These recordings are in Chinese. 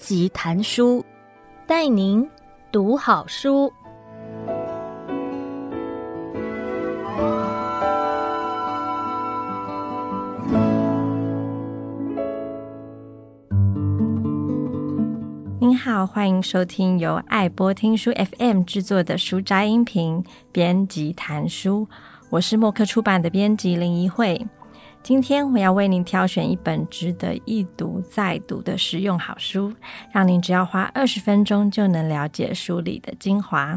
辑谈书，带您读好书。 您好，欢迎收听由爱播听书 FM 制作的书斋音频编辑谈书，我是默克出版的编辑林怡慧。今天我要为您挑选一本值得一读再读的实用好书，让您只要花20分钟就能了解书里的精华。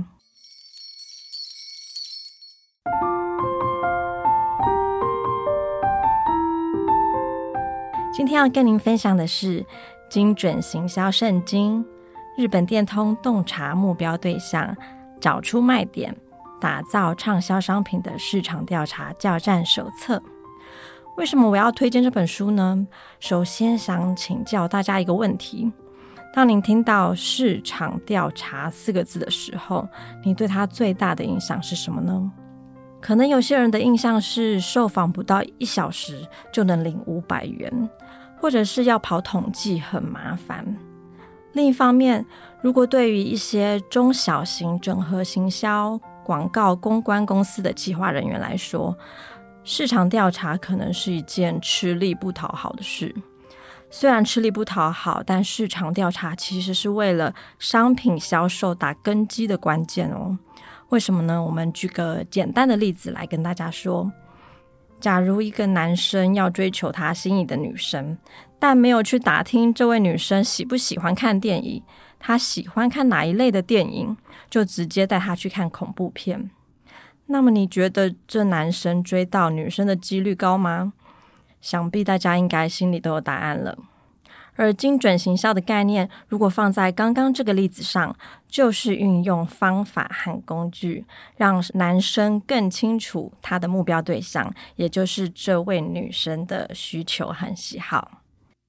今天要跟您分享的是精准行销圣经，日本电通洞察目标对象，找出卖点，打造畅销商品的市场调查教战手册。为什么我要推荐这本书呢？首先想请教大家一个问题，当您听到市场调查4个字的时候，你对它最大的印象是什么呢？可能有些人的印象是受访不到1小时就能领500元，或者是要跑统计很麻烦。另一方面，如果对于一些中小型整合行销、广告公关公司的企划人员来说，市场调查可能是一件吃力不讨好的事。虽然吃力不讨好，但市场调查其实是为了商品销售打根基的关键哦。为什么呢？我们举个简单的例子来跟大家说。假如一个男生要追求他心仪的女生，但没有去打听这位女生喜不喜欢看电影，她喜欢看哪一类的电影，就直接带她去看恐怖片。那么你觉得这男生追到女生的几率高吗？想必大家应该心里都有答案了。而精准行销的概念，如果放在刚刚这个例子上，就是运用方法和工具，让男生更清楚他的目标对象，也就是这位女生的需求和喜好。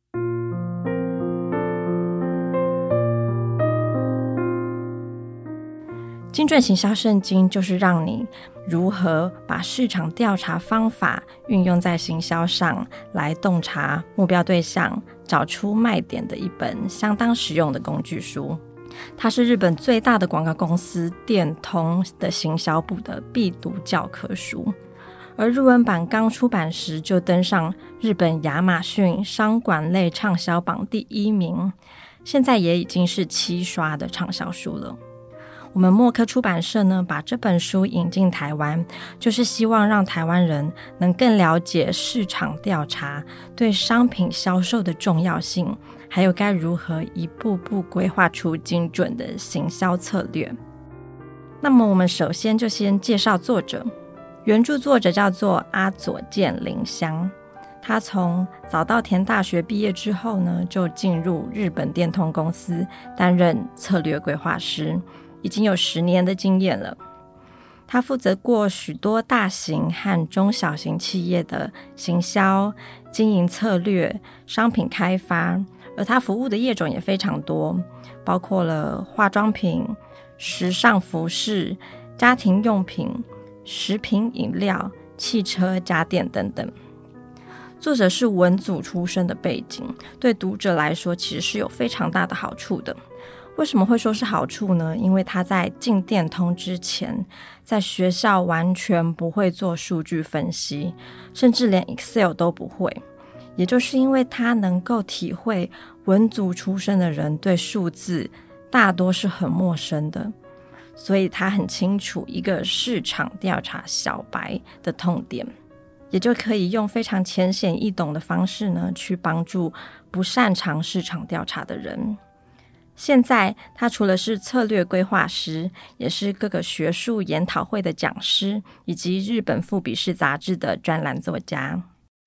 精准行销圣经就是让你如何把市场调查方法运用在行销上，来洞察目标对象，找出卖点的一本相当实用的工具书。它是日本最大的广告公司电通的行销部的必读教科书，而日文版刚出版时就登上日本亚马逊商管类畅销榜第1名，现在也已经是7刷的畅销书了。我们默克出版社呢，把这本书引进台湾，就是希望让台湾人能更了解市场调查对商品销售的重要性，还有该如何一步步规划出精准的行销策略。那么我们首先就先介绍作者。原著作者叫做阿佐见绫香，他从早稻田大学毕业之后呢，就进入日本电通公司担任策略规划师，已经有10年的经验了。他负责过许多大型和中小型企业的行销、经营策略、商品开发，而他服务的业种也非常多，包括了化妆品、时尚服饰、家庭用品、食品饮料、汽车家电等等。作者是文组出身的背景，对读者来说其实是有非常大的好处的。为什么会说是好处呢？因为他在进电通之前，在学校完全不会做数据分析，甚至连 Excel 都不会。也就是因为他能够体会文组出身的人对数字大多是很陌生的，所以他很清楚一个市场调查小白的痛点，也就可以用非常浅显易懂的方式呢，去帮助不擅长市场调查的人。现在他除了是策略规划师，也是各个学术研讨会的讲师，以及日本富比士杂志的专栏作家。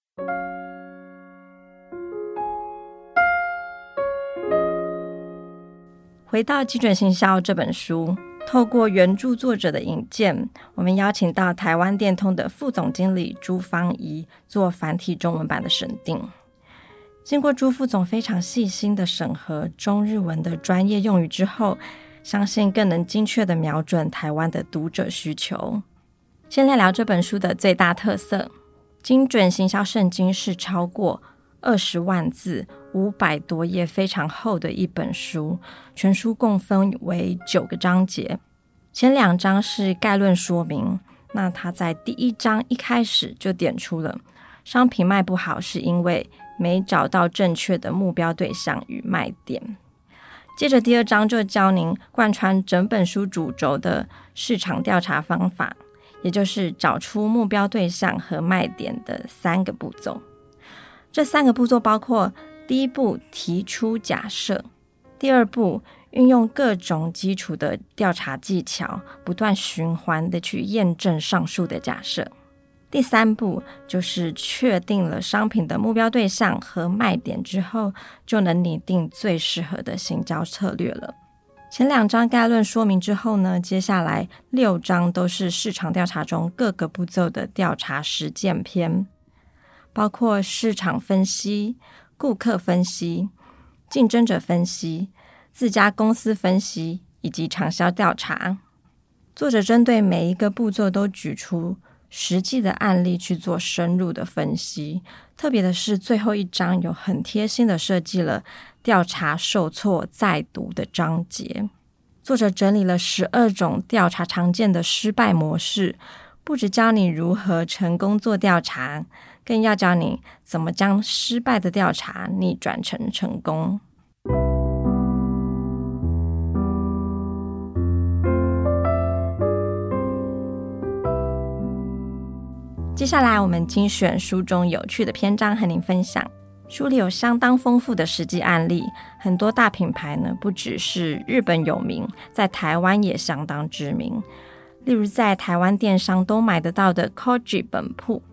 回到精准行销这本书，透过原著作者的引荐，我们邀请到台湾电通的副总经理朱芳怡做繁体中文版的审定。经过朱副总非常细心的审核中日文的专业用语之后，相信更能精确地瞄准台湾的读者需求。先来聊这本书的最大特色。精准行销圣经是超过20万字 500多页非常厚的一本书，全书共分为9个章节。前2章是概论说明，那他在第1章一开始就点出了商品卖不好是因为没找到正确的目标对象与卖点。接着第2章就教您贯穿整本书主轴的市场调查方法，也就是找出目标对象和卖点的3个步骤。这3个步骤包括第1步提出假设，第2步运用各种基础的调查技巧，不断循环的去验证上述的假设。第3步就是确定了商品的目标对象和卖点之后，就能拟定最适合的行销策略了。前2章概论说明之后呢，接下来6章都是市场调查中各个步骤的调查实践篇，包括市场分析、顾客分析、竞争者分析、自家公司分析以及长销调查。作者针对每一个步骤都举出实际的案例去做深入的分析，特别的是最后1章有很贴心的设计了调查受挫再读的章节。作者整理了12种调查常见的失败模式，不只教你如何成功做调查，更要教你怎么将失败的调查逆转成成功。接下来我们精选书中有趣的篇章和您分享。书里有相当丰富的实际案例，很多大品牌呢不只是日本有名，在台湾也相当知名。例如在台湾电商都买得到的 Koji 本铺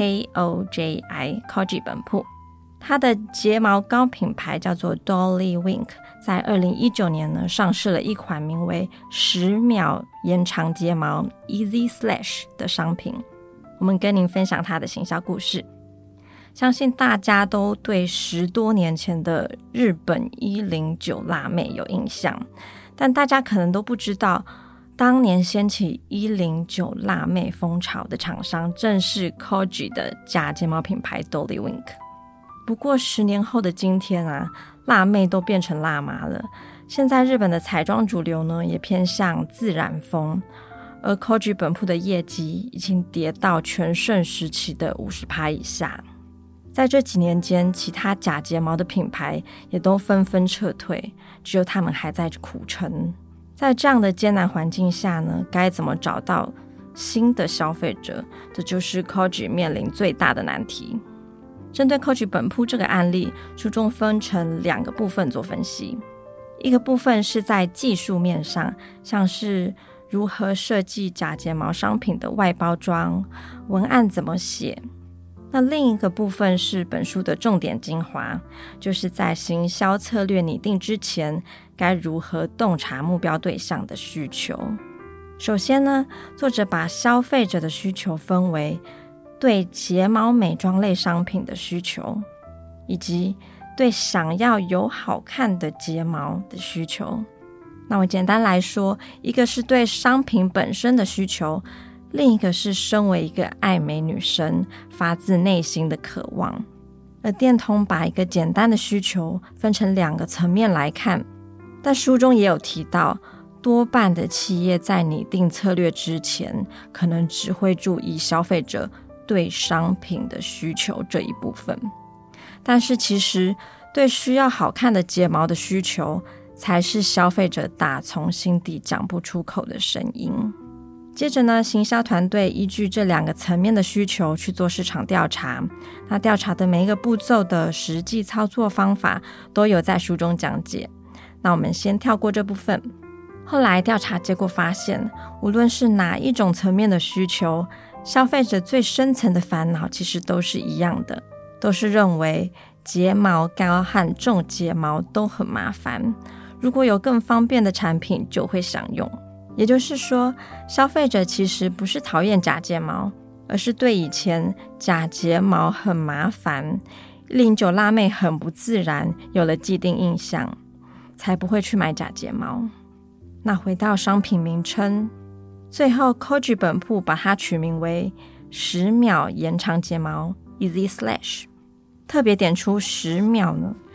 KOJI Koji 本铺，它的睫毛膏品牌叫做 Dolly Wink， 在2019年呢上市了一款名为10秒延长睫毛 Easy Slash 的商品。我们跟您分享它的行销故事。相信大家都对10多年前的日本109辣妹有印象，但大家可能都不知道，当年掀起109辣妹风潮的厂商正是 Koji 的假睫毛品牌 Dolly Wink。 不过10年后的今天啊，辣妹都变成辣妈了。现在日本的彩妆主流呢也偏向自然风，而 Koji 本铺的业绩已经跌到全盛时期的 50% 以下。在这几年间，其他假睫毛的品牌也都纷纷撤退，只有他们还在苦撑。在这样的艰难环境下呢，该怎么找到新的消费者，这就是 Koji 面临最大的难题。针对 Koji 本铺这个案例，书中分成2个部分做分析。一个部分是在技术面上，像是如何设计假睫毛商品的外包装、文案怎么写。那另一个部分是本书的重点精华，就是在行销策略拟定之前，该如何洞察目标对象的需求。首先呢，作者把消费者的需求分为对睫毛美妆类商品的需求，以及对想要有好看的睫毛的需求。那我简单来说，一个是对商品本身的需求，另一个是身为一个爱美女生发自内心的渴望。而电通把一个简单的需求分成2个层面来看，但书中也有提到，多半的企业在拟定策略之前，可能只会注意消费者对商品的需求这一部分，但是其实对需要好看的睫毛的需求，才是消费者打从心底讲不出口的声音。接着呢，行销团队依据这2个层面的需求去做市场调查，那调查的每一个步骤的实际操作方法都有在书中讲解。那我们先跳过这部分。后来调查结果发现，无论是哪一种层面的需求，消费者最深层的烦恼其实都是一样的，都是认为睫毛膏和种睫毛都很麻烦，如果有更方便的产品就会想用。也就是说，消费者其实不是讨厌假睫毛，而是对以前假睫毛很麻烦109辣妹很不自然有了既定印象，才不会去买假睫毛。那回到商品名称，最后 Koji 本铺把它取名为10秒延长睫毛 Easy Slash， 特别点出10秒呢，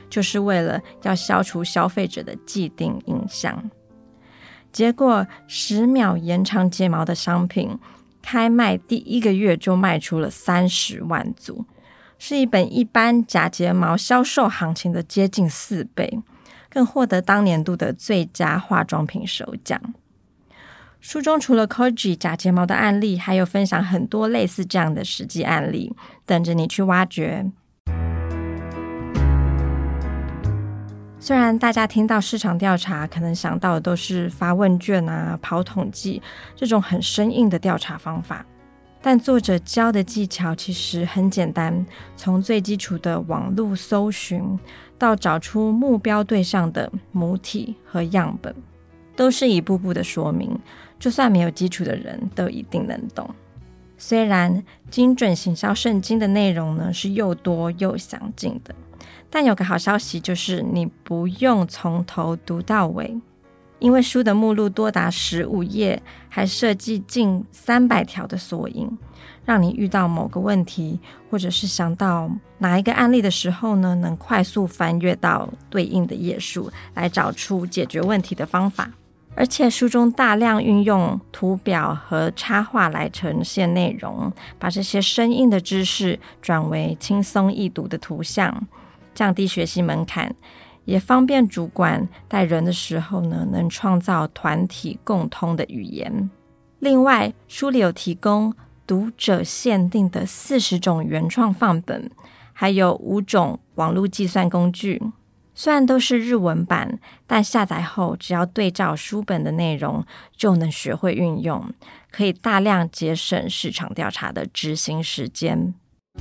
就是为了要消除消费者的既定印象。结果10秒延长睫毛的商品开卖第1个月就卖出了30万组，是一本一般假睫毛销售行情的接近4倍，更获得当年度的最佳化妆品首奖。书中除了 Kojie 假睫毛的案例，还有分享很多类似这样的实际案例，等着你去挖掘。虽然大家听到市场调查可能想到的都是发问卷啊、跑统计这种很生硬的调查方法，但作者教的技巧其实很简单，从最基础的网络搜寻到找出目标对象的母体和样本，都是一步步的说明，就算没有基础的人都一定能懂。虽然精准行销圣经的内容呢是又多又详尽的，但有个好消息，就是你不用从头读到尾，因为书的目录多达15页，还设计近300条的索引，让你遇到某个问题或者是想到哪一个案例的时候呢，能快速翻阅到对应的页数，来找出解决问题的方法。而且书中大量运用图表和插画来呈现内容，把这些生硬的知识转为轻松易读的图像，降低学习门槛，也方便主管带人的时候呢，能创造团体共通的语言。另外，书里有提供读者限定的40种原创范本，还有5种网络计算工具。虽然都是日文版，但下载后只要对照书本的内容就能学会运用，可以大量节省市场调查的执行时间。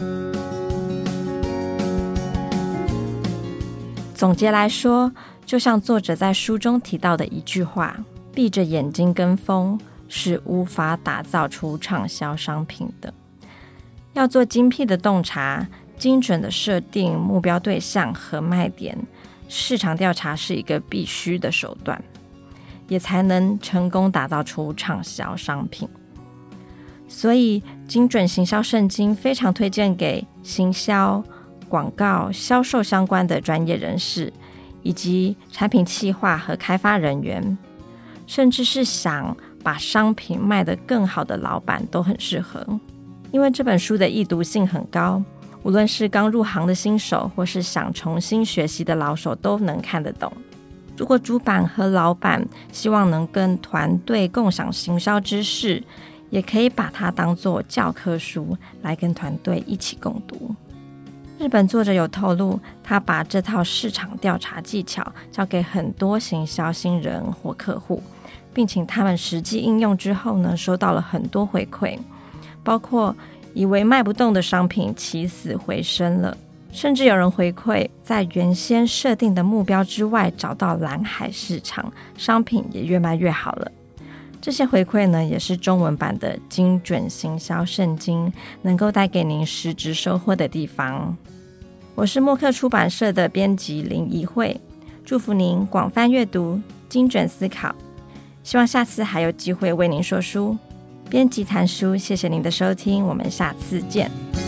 总结来说，就像作者在书中提到的一句话，闭着眼睛跟风是无法打造出畅销商品的。要做精辟的洞察，精准的设定目标对象和卖点，市场调查是一个必须的手段，也才能成功打造出畅销商品。所以精准行销圣经非常推荐给行销、广告、销售相关的专业人士，以及产品企划和开发人员，甚至是想把商品卖得更好的老板都很适合。因为这本书的易读性很高，无论是刚入行的新手，或是想重新学习的老手都能看得懂。如果主板和老板希望能跟团队共享行销知识，也可以把它当作教科书来跟团队一起共读。日本作者有透露，他把这套市场调查技巧交给很多行销新人或客户，并请他们实际应用之后呢，收到了很多回馈，包括以为卖不动的商品起死回生了，甚至有人回馈在原先设定的目标之外找到蓝海市场，商品也越卖越好了。这些回馈呢，也是中文版的精准行销圣经能够带给您实质收获的地方。我是默克出版社的编辑林怡慧，祝福您广泛阅读，精准思考。希望下次还有机会为您说书。编辑谈书，谢谢您的收听，我们下次见。